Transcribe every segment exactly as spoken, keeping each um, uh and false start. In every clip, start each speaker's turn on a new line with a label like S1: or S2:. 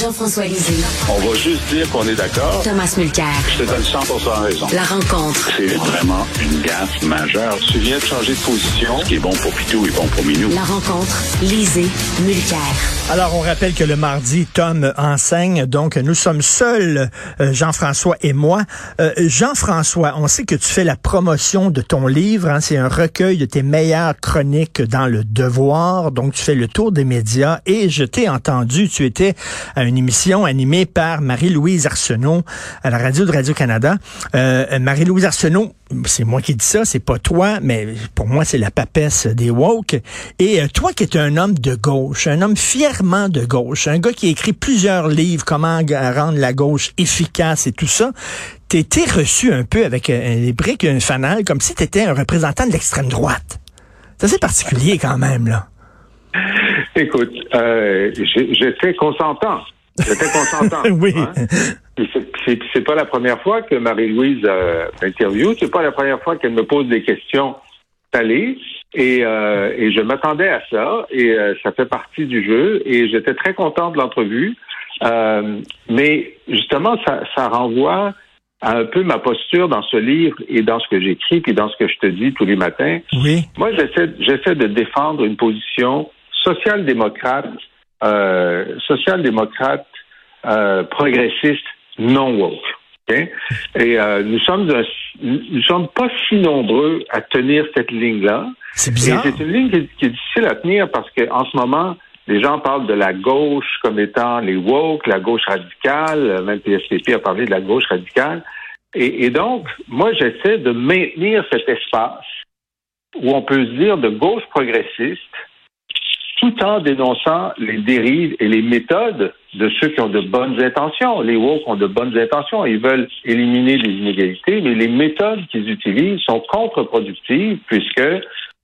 S1: Jean-François Lisée.
S2: On va juste dire qu'on est d'accord.
S1: Thomas Mulcair.
S2: Je te donne cent pour cent raison.
S1: La rencontre.
S2: C'est vraiment une gaffe majeure. Tu viens de changer de position. Ce qui est bon pour Pitou est bon pour Minou.
S1: La rencontre. Lisée. Mulcair.
S3: Alors, on rappelle que le mardi, Tom enseigne. Donc, nous sommes seuls, euh, Jean-François et moi. Euh, Jean-François, on sait que tu fais la promotion de ton livre. Hein, c'est un recueil de tes meilleures chroniques dans Le Devoir. Donc, tu fais le tour des médias. Et je t'ai entendu, tu étais à une émission animée par Marie-Louise Arsenault à la radio de Radio-Canada. Euh, Marie-Louise Arsenault, c'est moi qui dis ça, c'est pas toi, mais pour moi, c'est la papesse des woke. Et euh, toi qui es un homme de gauche, un homme fièrement de gauche, un gars qui a écrit plusieurs livres, comment rendre la gauche efficace et tout ça, t'as été reçu un peu avec euh, des briques et un fanal, comme si t'étais un représentant de l'extrême droite. C'est assez particulier quand même, là.
S4: Écoute, euh, j'étais consentant. J'étais consentant.
S3: Oui.
S4: Hein? C'est, c'est, c'est pas la première fois que Marie-Louise euh, m'interviewe. C'est pas la première fois qu'elle me pose des questions salées. Et, euh, et je m'attendais à ça. Et euh, ça fait partie du jeu. Et j'étais très content de l'entrevue. Euh, mais justement, ça, ça renvoie à un peu ma posture dans ce livre et dans ce que j'écris puis dans ce que je te dis tous les matins.
S3: Oui.
S4: Moi, j'essaie, j'essaie de défendre une position social-démocrate, euh, social-démocrate, euh, progressiste, non woke. Okay? Et euh, nous sommes un, nous sommes pas si nombreux à tenir cette ligne-là.
S3: C'est bizarre.
S4: Et c'est une ligne qui, qui est difficile à tenir parce que en ce moment, les gens parlent de la gauche comme étant les woke, la gauche radicale. Même P S P P a parlé de la gauche radicale. Et, et donc, moi, j'essaie de maintenir cet espace où on peut se dire de gauche progressiste, tout en dénonçant les dérives et les méthodes de ceux qui ont de bonnes intentions. Les woke ont de bonnes intentions. Ils veulent éliminer les inégalités, mais les méthodes qu'ils utilisent sont contre-productives puisque, euh,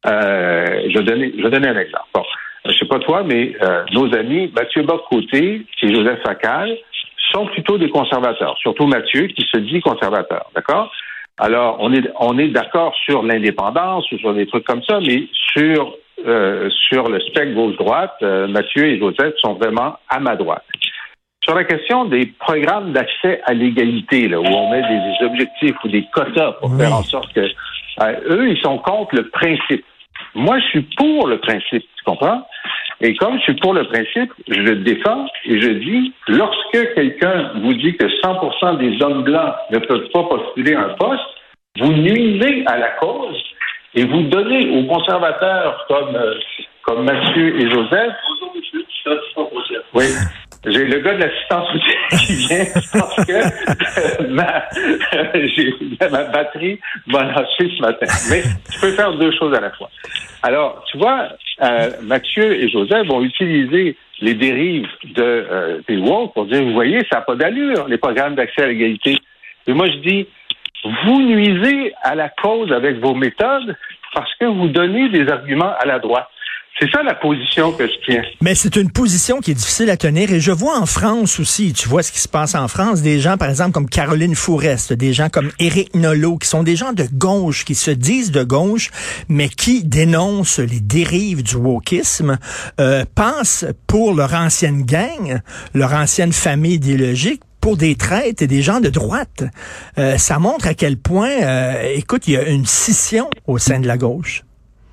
S4: je vais donner, je vais donner un exemple. Bon, je sais pas toi, mais euh, nos amis Mathieu Bock-Côté et Joseph Facal sont plutôt des conservateurs, surtout Mathieu qui se dit conservateur, d'accord? Alors, on est, on est d'accord sur l'indépendance ou sur des trucs comme ça, mais sur Euh, sur le spectre gauche-droite, euh, Mathieu et Joseph sont vraiment à ma droite. Sur la question des programmes d'accès à l'égalité, là, où on met des, des objectifs ou des quotas pour oui. faire en sorte que euh, eux, ils sont contre le principe. Moi, je suis pour le principe, tu comprends? Et comme je suis pour le principe, je le défends et je dis, lorsque quelqu'un vous dit que cent pour cent des hommes blancs ne peuvent pas postuler un poste, vous nuisez à la cause. Et vous donnez aux conservateurs comme, euh, comme Mathieu et Joseph. Bonjour, monsieur. Oui. J'ai le gars de l'assistance sociale qui vient parce que euh, ma, euh, j'ai, ma batterie m'a lâché ce matin. Mais je peux faire deux choses à la fois. Alors, tu vois, euh, Mathieu et Joseph vont utiliser les dérives de, euh, des woke pour dire, vous voyez, ça n'a pas d'allure, les programmes d'accès à l'égalité. Et moi, je dis, vous nuisez à la cause avec vos méthodes parce que vous donnez des arguments à la droite. C'est ça la position que je tiens.
S3: Mais c'est une position qui est difficile à tenir et je vois en France aussi, tu vois ce qui se passe en France, des gens par exemple comme Caroline Fourest, des gens comme Éric Nolot qui sont des gens de gauche, qui se disent de gauche, mais qui dénoncent les dérives du wokisme, euh, pensent pour leur ancienne gang, leur ancienne famille idéologique, pour des traites et des gens de droite. Euh, ça montre à quel point, euh, écoute, il y a une scission au sein de la gauche.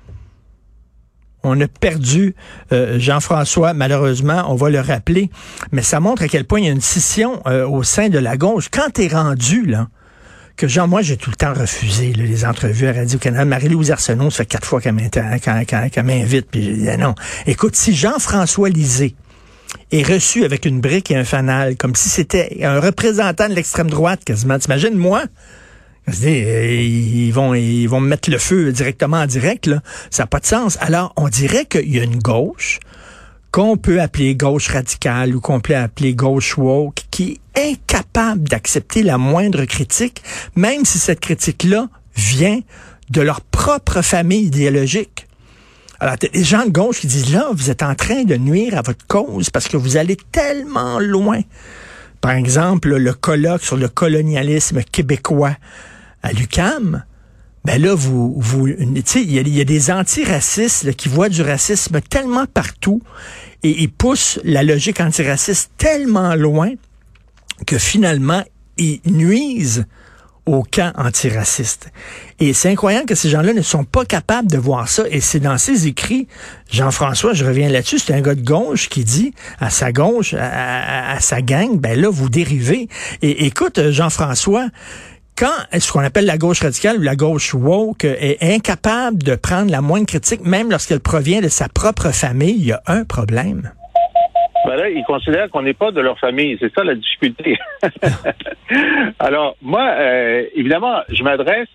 S3: On a perdu euh, Jean-François, malheureusement, on va le rappeler, mais ça montre à quel point il y a une scission euh, au sein de la gauche. Quand t'es rendu, là, que genre, moi, j'ai tout le temps refusé là, les entrevues à Radio-Canada. Marie-Louise Arsenault, ça fait quatre fois qu'elle m'invite, qu'elle, qu'elle, qu'elle m'invite, puis j'ai dit non. Écoute, si Jean-François Lisée est reçu avec une brique et un fanal, comme si c'était un représentant de l'extrême droite, quasiment. T'imagines, moi? Ils vont, ils vont me mettre le feu directement en direct, là. Ça n'a pas de sens. Alors, on dirait qu'il y a une gauche qu'on peut appeler gauche radicale ou qu'on peut appeler gauche woke qui est incapable d'accepter la moindre critique, même si cette critique-là vient de leur propre famille idéologique. Alors, t'as des gens de gauche qui disent, là, vous êtes en train de nuire à votre cause parce que vous allez tellement loin. Par exemple, le colloque sur le colonialisme québécois à l'U Q A M, ben là, vous, vous, tu sais, il y a, y a des antiracistes là, qui voient du racisme tellement partout et ils poussent la logique antiraciste tellement loin que finalement, ils nuisent au camp antiraciste. Et c'est incroyable que ces gens-là ne sont pas capables de voir ça. Et c'est dans ses écrits, Jean-François, je reviens là-dessus, c'est un gars de gauche qui dit à sa gauche, à, à, à sa gang, ben là, vous dérivez. Et écoute, Jean-François, quand ce qu'on appelle la gauche radicale ou la gauche woke est incapable de prendre la moindre critique, même lorsqu'elle provient de sa propre famille, il y a un problème.
S4: Ben là, ils considèrent qu'on n'est pas de leur famille. C'est ça la difficulté. Alors, moi, euh, évidemment, je m'adresse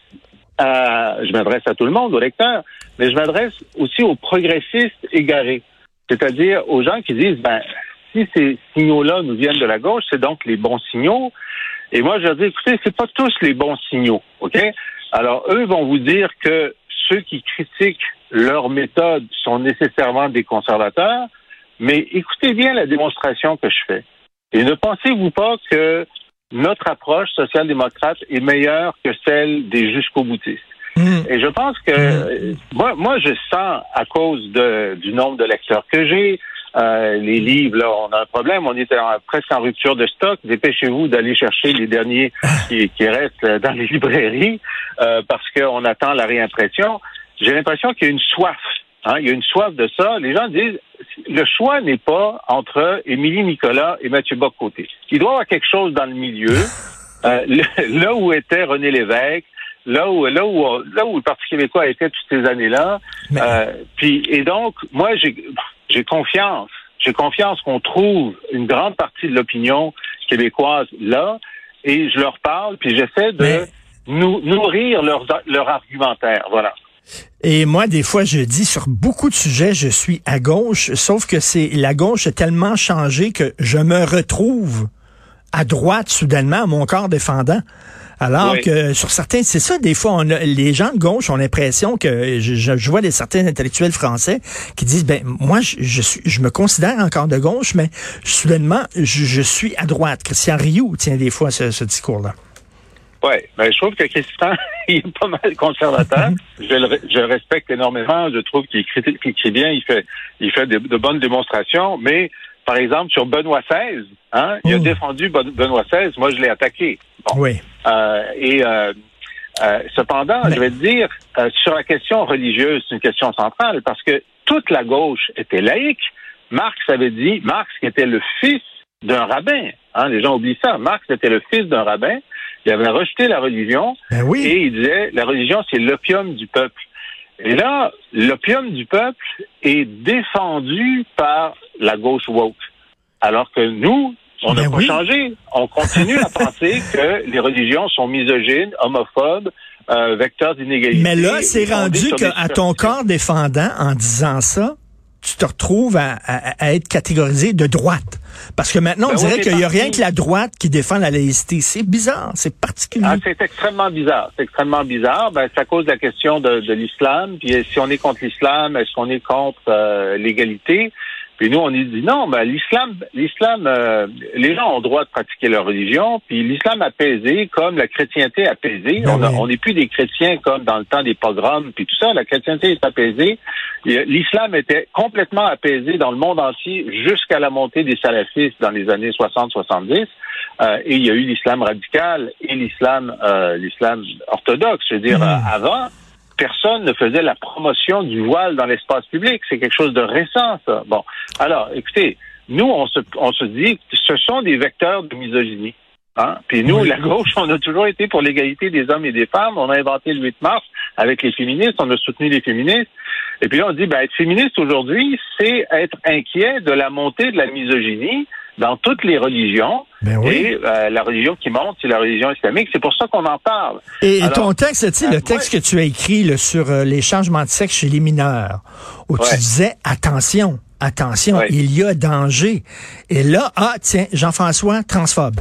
S4: à, je m'adresse à tout le monde, aux lecteurs, mais je m'adresse aussi aux progressistes égarés. C'est-à-dire aux gens qui disent, ben, si ces signaux-là nous viennent de la gauche, c'est donc les bons signaux. Et moi, je leur dis, écoutez, c'est pas tous les bons signaux, OK? Alors, eux vont vous dire que ceux qui critiquent leur méthode sont nécessairement des conservateurs. Mais écoutez bien la démonstration que je fais. Et ne pensez-vous pas que notre approche social-démocrate est meilleure que celle des jusqu'au-boutistes. Mmh. Et je pense que mmh. moi, moi, je sens à cause de, du nombre de lecteurs que j'ai, euh, les livres, là, on a un problème, on est en, presque en rupture de stock. Dépêchez-vous d'aller chercher les derniers qui, qui restent dans les librairies euh, parce qu'on attend la réimpression. J'ai l'impression qu'il y a une soif. Hein, il y a une soif de ça. Les gens disent, le choix n'est pas entre Émilie Nicolas et Mathieu Bock-Côté. Il doit y avoir quelque chose dans le milieu, euh, là où était René Lévesque, là où, là où, là où le Parti québécois était toutes ces années-là. Mais... Euh, puis, et donc, moi, j'ai, j'ai confiance. J'ai confiance qu'on trouve une grande partie de l'opinion québécoise là, et je leur parle, puis j'essaie de Mais... nous, nourrir leur, leur argumentaire. Voilà.
S3: Et moi, des fois, je dis sur beaucoup de sujets, je suis à gauche, sauf que c'est la gauche a tellement changé que je me retrouve à droite soudainement à mon corps défendant. Alors oui. que sur certains, c'est ça, des fois, on a, les gens de gauche ont l'impression que, je, je vois des certains intellectuels français qui disent, ben moi, je, je, suis, je me considère encore de gauche, mais soudainement, je, je suis à droite. Christian Rioux tient des fois ce, ce discours-là.
S4: Oui, ben je trouve que Christian, il est pas mal conservateur. je, le, je le respecte énormément. Je trouve qu'il écrit, qu'il écrit bien. Il fait, il fait de, de bonnes démonstrations. Mais, par exemple, sur Benoît seize, hein, il mmh. a défendu Benoît seize. Moi, je l'ai attaqué. Bon. Oui. Euh, et euh, euh, cependant, Mais... je vais te dire, euh, sur la question religieuse, c'est une question centrale parce que toute la gauche était laïque. Marx avait dit, Marx qui était le fils d'un rabbin. Hein, les gens oublient ça. Marx était le fils d'un rabbin. Il avait rejeté la religion
S3: ben oui.
S4: et il disait la religion c'est l'opium du peuple. Et là, l'opium du peuple est défendu par la gauche woke. Alors que nous, on n'a ben pas oui. changé. On continue à penser que les religions sont misogynes, homophobes, euh, vecteurs d'inégalité.
S3: Mais là, c'est rendu qu'à ton corps défendant, en disant ça, tu te retrouves à, à, à être catégorisé de droite. Parce que maintenant, on ben dirait qu'il n'y a rien que la droite qui défend la laïcité. C'est bizarre, c'est particulier.
S4: Ah, c'est extrêmement bizarre. C'est extrêmement bizarre. Ben, c'est à cause de la question de, de l'islam. Puis si on est contre l'islam, est-ce qu'on est contre euh, l'égalité? Puis nous, on dit non, ben, l'islam, l'islam, euh, les gens ont le droit de pratiquer leur religion, puis l'islam apaisé, comme la chrétienté apaisée. Ben on n'est plus des chrétiens comme dans le temps des pogroms, puis tout ça. La chrétienté est apaisée. L'islam était complètement apaisé dans le monde entier jusqu'à la montée des salafistes dans les années soixante soixante-dix. Euh, et il y a eu l'islam radical et l'islam, euh, l'islam orthodoxe. Je veux dire, mmh. euh, avant, personne ne faisait la promotion du voile dans l'espace public. C'est quelque chose de récent, ça. Bon. Alors, écoutez, nous, on se, on se dit que ce sont des vecteurs de misogynie. Hein? Puis nous, oui. la gauche, on a toujours été pour l'égalité des hommes et des femmes. On a inventé le huit mars avec les féministes. On a soutenu les féministes. Et puis là, on dit, ben, être féministe aujourd'hui, c'est être inquiet de la montée de la misogynie dans toutes les religions.
S3: Ben oui.
S4: Et euh, la religion qui monte, c'est la religion islamique. C'est pour ça qu'on en parle.
S3: Et Alors, ton texte, tu sais, le texte ouais. que tu as écrit là, sur euh, les changements de sexe chez les mineurs, où ouais. tu disais, attention, attention, ouais. il y a danger. Et là, ah, tiens, Jean-François, transphobe.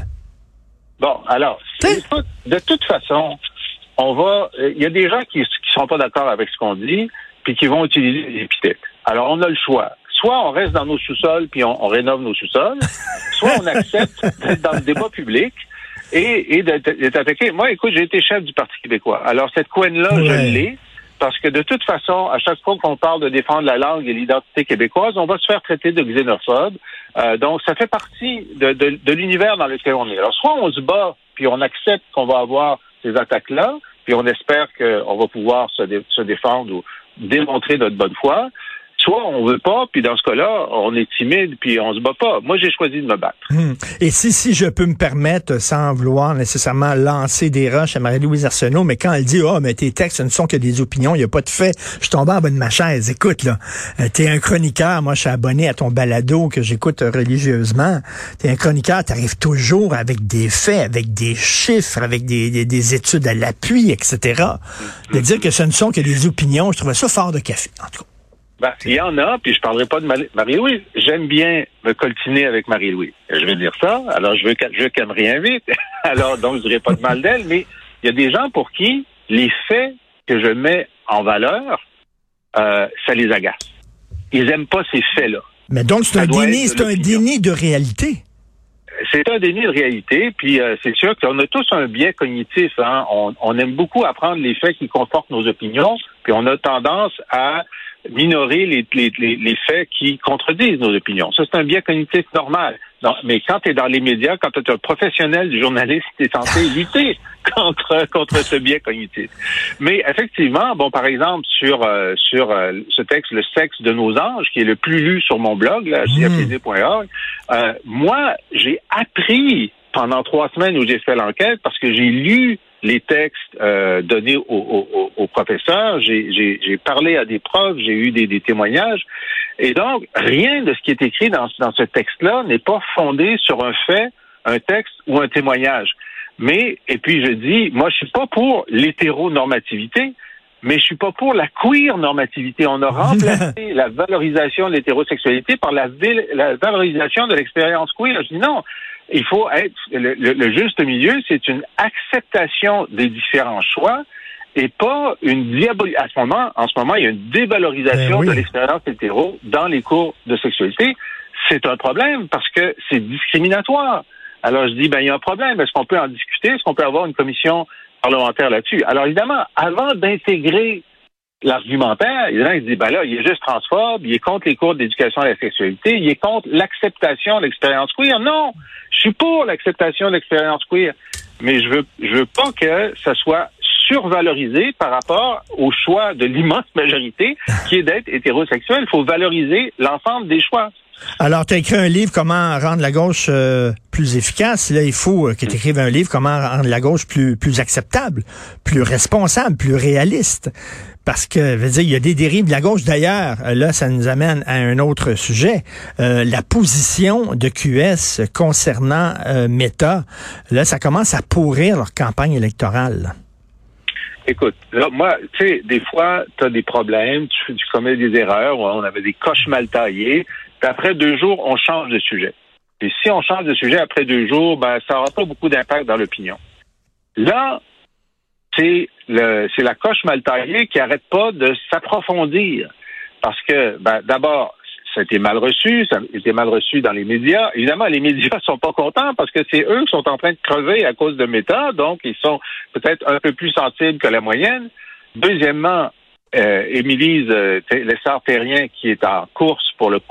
S4: Bon, alors, de toute façon, on va... Il euh, y a des gens qui ne sont pas d'accord avec ce qu'on dit, puis qui vont utiliser des épithètes. Alors, on a le choix. Soit on reste dans nos sous-sols puis on, on rénove nos sous-sols, soit on accepte d'être dans le débat public et, et d'être, d'être attaqué. Moi, écoute, j'ai été chef du Parti québécois. Alors, cette couenne-là, ouais. je l'ai, parce que de toute façon, à chaque fois qu'on parle de défendre la langue et l'identité québécoise, on va se faire traiter de xénophobe. Euh, donc, ça fait partie de, de, de l'univers dans lequel on est. Alors, soit on se bat, puis on accepte qu'on va avoir ces attaques-là, puis on espère qu'on va pouvoir se, dé, se défendre ou démontrer notre bonne foi, soit on veut pas, puis dans ce cas-là, on est timide, puis on se bat pas. Moi, j'ai choisi de me battre.
S3: Hum. Et si, si je peux me permettre, sans vouloir nécessairement lancer des roches à Marie-Louise Arsenault, mais quand elle dit, oh, mais tes textes, ce ne sont que des opinions, il n'y a pas de fait, je tombe en bas de ma chaise. Écoute, là, euh, t'es un chroniqueur, moi, je suis abonné à ton balado que j'écoute religieusement. T'es un chroniqueur, t'arrives toujours avec des faits, avec des chiffres, avec des, des, des études à l'appui, et cetera. De dire que ce ne sont que des opinions, je trouvais ça fort de café, en tout cas.
S4: Ben, il y en a, puis je parlerai pas de Marie-Louise. J'aime bien me coltiner avec Marie-Louise. Je vais dire ça. Alors, je veux qu'elle, je veux qu'elle me réinvite. Alors, donc, je dirais pas de mal d'elle, mais il y a des gens pour qui les faits que je mets en valeur, euh, ça les agace. Ils aiment pas ces faits-là.
S3: Mais donc, c'est ça un déni, c'est un déni de réalité.
S4: C'est un déni de réalité, puis euh, c'est sûr qu'on a tous un biais cognitif. Hein? On, on aime beaucoup apprendre les faits qui confortent nos opinions, puis on a tendance à minorer les, les, les, les faits qui contredisent nos opinions. Ça, c'est un biais cognitif normal. Non, mais quand tu es dans les médias, quand tu es un professionnel du journaliste, tu es censé lutter contre contre ce biais cognitif. Mais effectivement, bon, par exemple, sur euh, sur euh, ce texte, Le sexe de nos anges, qui est le plus lu sur mon blog, là, j f t d point org, euh, moi, j'ai appris pendant trois semaines où j'ai fait l'enquête, parce que j'ai lu les textes euh, donnés aux, aux, aux professeurs, j'ai, j'ai, j'ai parlé à des profs, j'ai eu des, des témoignages, et donc rien de ce qui est écrit dans, dans ce texte-là n'est pas fondé sur un fait, un texte ou un témoignage. Mais, et puis je dis, moi je suis pas pour l'hétéronormativité, mais je suis pas pour la queer normativité. On a remplacé la valorisation de l'hétérosexualité par la, la valorisation de l'expérience queer. Je dis non. Il faut être le, le, le juste milieu, c'est une acceptation des différents choix et pas une diabolisation. À ce moment, en ce moment, il y a une dévalorisation ben oui. de l'expérience hétéro dans les cours de sexualité. C'est un problème parce que c'est discriminatoire. Alors je dis, ben il y a un problème. Est-ce qu'on peut en discuter? Est-ce qu'on peut avoir une commission parlementaire là-dessus? Alors évidemment, avant d'intégrer l'argumentaire, il y en a qui se disent, ben là, il est juste transphobe, il est contre les cours d'éducation à la sexualité, il est contre l'acceptation de l'expérience queer. Non, je suis pour l'acceptation de l'expérience queer, mais je veux, je veux pas que ça soit survalorisé par rapport au choix de l'immense majorité qui est d'être hétérosexuel. Il faut valoriser l'ensemble des choix.
S3: Alors, tu as écrit un livre, Comment rendre la gauche euh, plus efficace. Là, il faut euh, que tu écrives un livre, Comment rendre la gauche plus plus acceptable, plus responsable, plus réaliste. Parce que, je veux dire, il y a des dérives de la gauche. D'ailleurs, là, ça nous amène à un autre sujet. Euh, la position de Q S concernant euh, Meta, là, ça commence à pourrir leur campagne électorale.
S4: Écoute, là, moi, tu sais, des fois, tu as des problèmes, tu, tu commets des erreurs, on avait des coches mal taillées, puis après deux jours, on change de sujet. Puis si on change de sujet après deux jours, ben ça n'aura pas beaucoup d'impact dans l'opinion. Là, c'est le c'est la coche mal taillée qui arrête pas de s'approfondir. Parce que, ben d'abord, ça a été mal reçu, ça a été mal reçu dans les médias. Évidemment, les médias sont pas contents parce que c'est eux qui sont en train de crever à cause de Meta, donc ils sont peut-être un peu plus sensibles que la moyenne. Deuxièmement, euh, Émilise euh, Lessard-Terrien, qui est en course pour le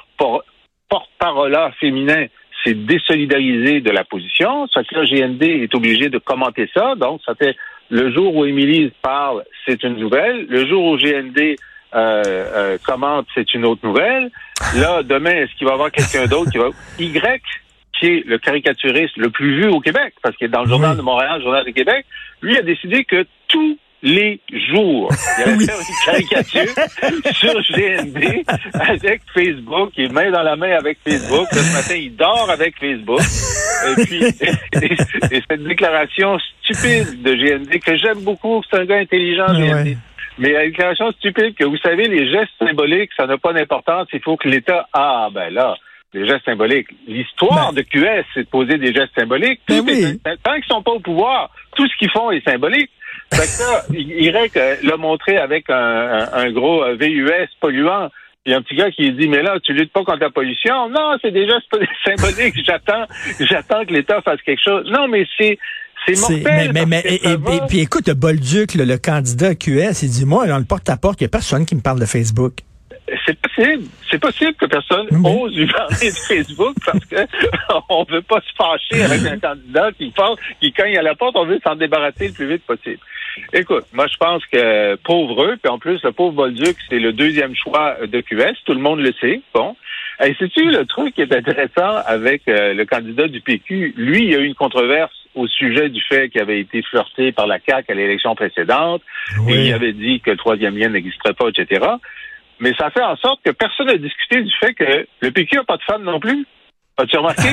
S4: co-porte-parole féminin, s'est désolidariser de la position. Ça fait que le G N D est obligé de commenter ça. Donc, ça fait le jour où Émilise parle, c'est une nouvelle. Le jour où G N D Euh, euh, commente, c'est une autre nouvelle. Là, demain, est-ce qu'il va y avoir quelqu'un d'autre qui va... Y, qui est le caricaturiste le plus vu au Québec, parce qu'il est dans le Journal oui. de Montréal, le Journal de Québec, lui a décidé que tous les jours, il allait oui. faire une caricature sur G N D avec Facebook. Il est main dans la main avec Facebook. Là, ce matin, il dort avec Facebook. Et puis, et, et cette déclaration stupide de G N D, que j'aime beaucoup, c'est un gars intelligent, G N D. Ouais. Mais la déclaration stupide que, vous savez, les gestes symboliques, ça n'a pas d'importance. Il faut que l'État... Ah, ben là, les gestes symboliques. L'histoire ben... de Q S, c'est de poser des gestes symboliques. Ben oui. est... Tant qu'ils sont pas au pouvoir, tout ce qu'ils font est symbolique. Fait que ça, Irek l'a montré avec un, un, un gros V U S polluant. Il y a un petit gars qui dit, mais là, tu luttes pas contre la pollution. Non, c'est déjà symbolique. J'attends, j'attends que l'État fasse quelque chose. Non, mais c'est, c'est mortel.
S3: Mais, mais, mais, et, et, et puis écoute, Bolduc, le, le candidat Q S, il dit, moi, dans le porte-à-porte, il n'y a personne qui me parle de Facebook.
S4: C'est possible. C'est possible que personne
S3: oui.
S4: ose lui parler de Facebook parce que on veut pas se fâcher avec un candidat qui pense, qui cogne à la porte, on veut s'en débarrasser le plus vite possible. Écoute, moi je pense que pauvre eux, puis en plus le pauvre Bolduc, c'est le deuxième choix de Q S, tout le monde le sait. Bon. Et sais-tu le truc qui est intéressant avec euh, le candidat du P Q, lui, il y a eu une controverse au sujet du fait qu'il avait été flirté par la C A Q à l'élection précédente, oui. Et il avait dit que le troisième lien n'existerait pas, et cetera. Mais ça fait en sorte que personne n'a discuté du fait que le P Q n'a pas de femme non plus. As-tu remarqué?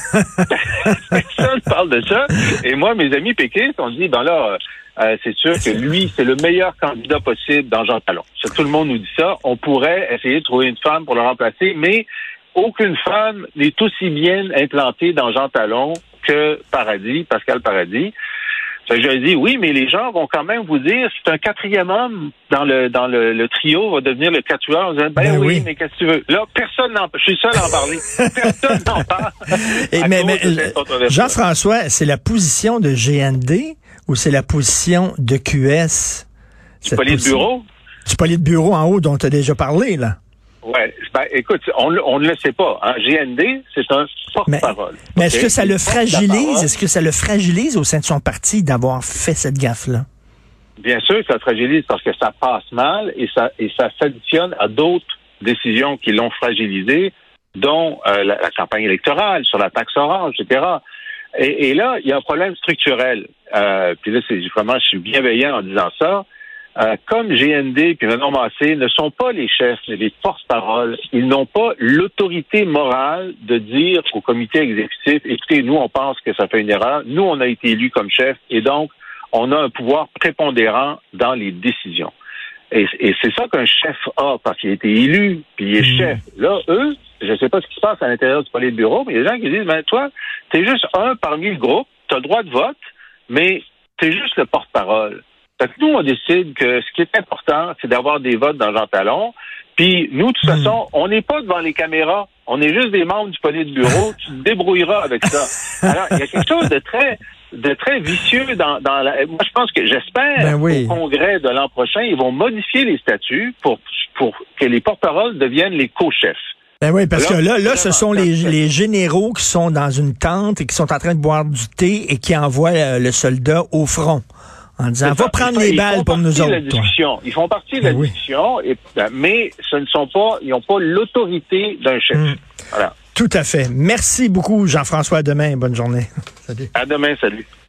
S4: Personne parle de ça. Et moi, mes amis péquistes ont dit, ben là, euh, c'est sûr que lui, c'est le meilleur candidat possible dans Jean Talon. Ça, tout le monde nous dit ça. On pourrait essayer de trouver une femme pour le remplacer, mais aucune femme n'est aussi bien implantée dans Jean Talon que Paradis, Pascal Paradis. Ça, je dis oui, mais les gens vont quand même vous dire c'est un quatrième homme dans le dans le, le trio va devenir le quatuor. Ben, ben oui, oui, mais qu'est-ce que tu veux? Là, personne n'en je suis seul à en parler. Personne n'en parle.
S3: Et mais, mais Jean-François, c'est la position de G N D ou c'est la position de Q S?
S4: Du politburo?
S3: Du politburo en haut dont tu as déjà parlé, là.
S4: Ouais, ben écoute, on, on ne le sait pas. Hein. G N D, c'est un porte-parole.
S3: Mais, mais okay? Est-ce que ça le fragilise? Est-ce que ça le fragilise au sein de son parti d'avoir fait cette gaffe-là?
S4: Bien sûr que ça le fragilise parce que ça passe mal et ça et ça s'additionne à d'autres décisions qui l'ont fragilisé, dont euh, la, la campagne électorale sur la taxe orange, et cetera. Et, et là, il y a un problème structurel. Euh, puis là, c'est vraiment, je suis bienveillant en disant ça. Euh, comme G N D et Manon Massé ne sont pas les chefs, mais les porte-paroles, ils n'ont pas l'autorité morale de dire au comité exécutif, écoutez, nous, on pense que ça fait une erreur, nous, on a été élus comme chef, et donc, on a un pouvoir prépondérant dans les décisions. Et, et c'est ça qu'un chef a, parce qu'il a été élu, puis il est mmh. chef. Là, eux, je ne sais pas ce qui se passe à l'intérieur du politburo, mais il y a des gens qui disent, ben toi, t'es juste un parmi le groupe, t'as le droit de vote, mais t'es juste le porte-parole. Fait que nous, on décide que ce qui est important, c'est d'avoir des votes dans Jean Talon. Puis nous, de toute mmh. façon, on n'est pas devant les caméras. On est juste des membres du politburo. Tu te débrouilleras avec ça. Alors, il y a quelque chose de très, de très vicieux dans, dans la... Moi, je pense que j'espère ben oui. Au congrès de l'an prochain, ils vont modifier les statuts pour, pour que les porte-paroles deviennent les co-chefs.
S3: Ben oui, parce là, que là, là, ce sont les, les généraux qui sont dans une tente et qui sont en train de boire du thé et qui envoient le soldat au front. En disant, va prendre les balles pour nous autres.
S4: Ils font partie de la
S3: oui.
S4: discussion, et, mais ce ne sont pas, ils n'ont pas l'autorité d'un chef. Mmh. Voilà.
S3: Tout à fait. Merci beaucoup, Jean-François. À demain. Bonne journée. Salut.
S4: À demain. Salut.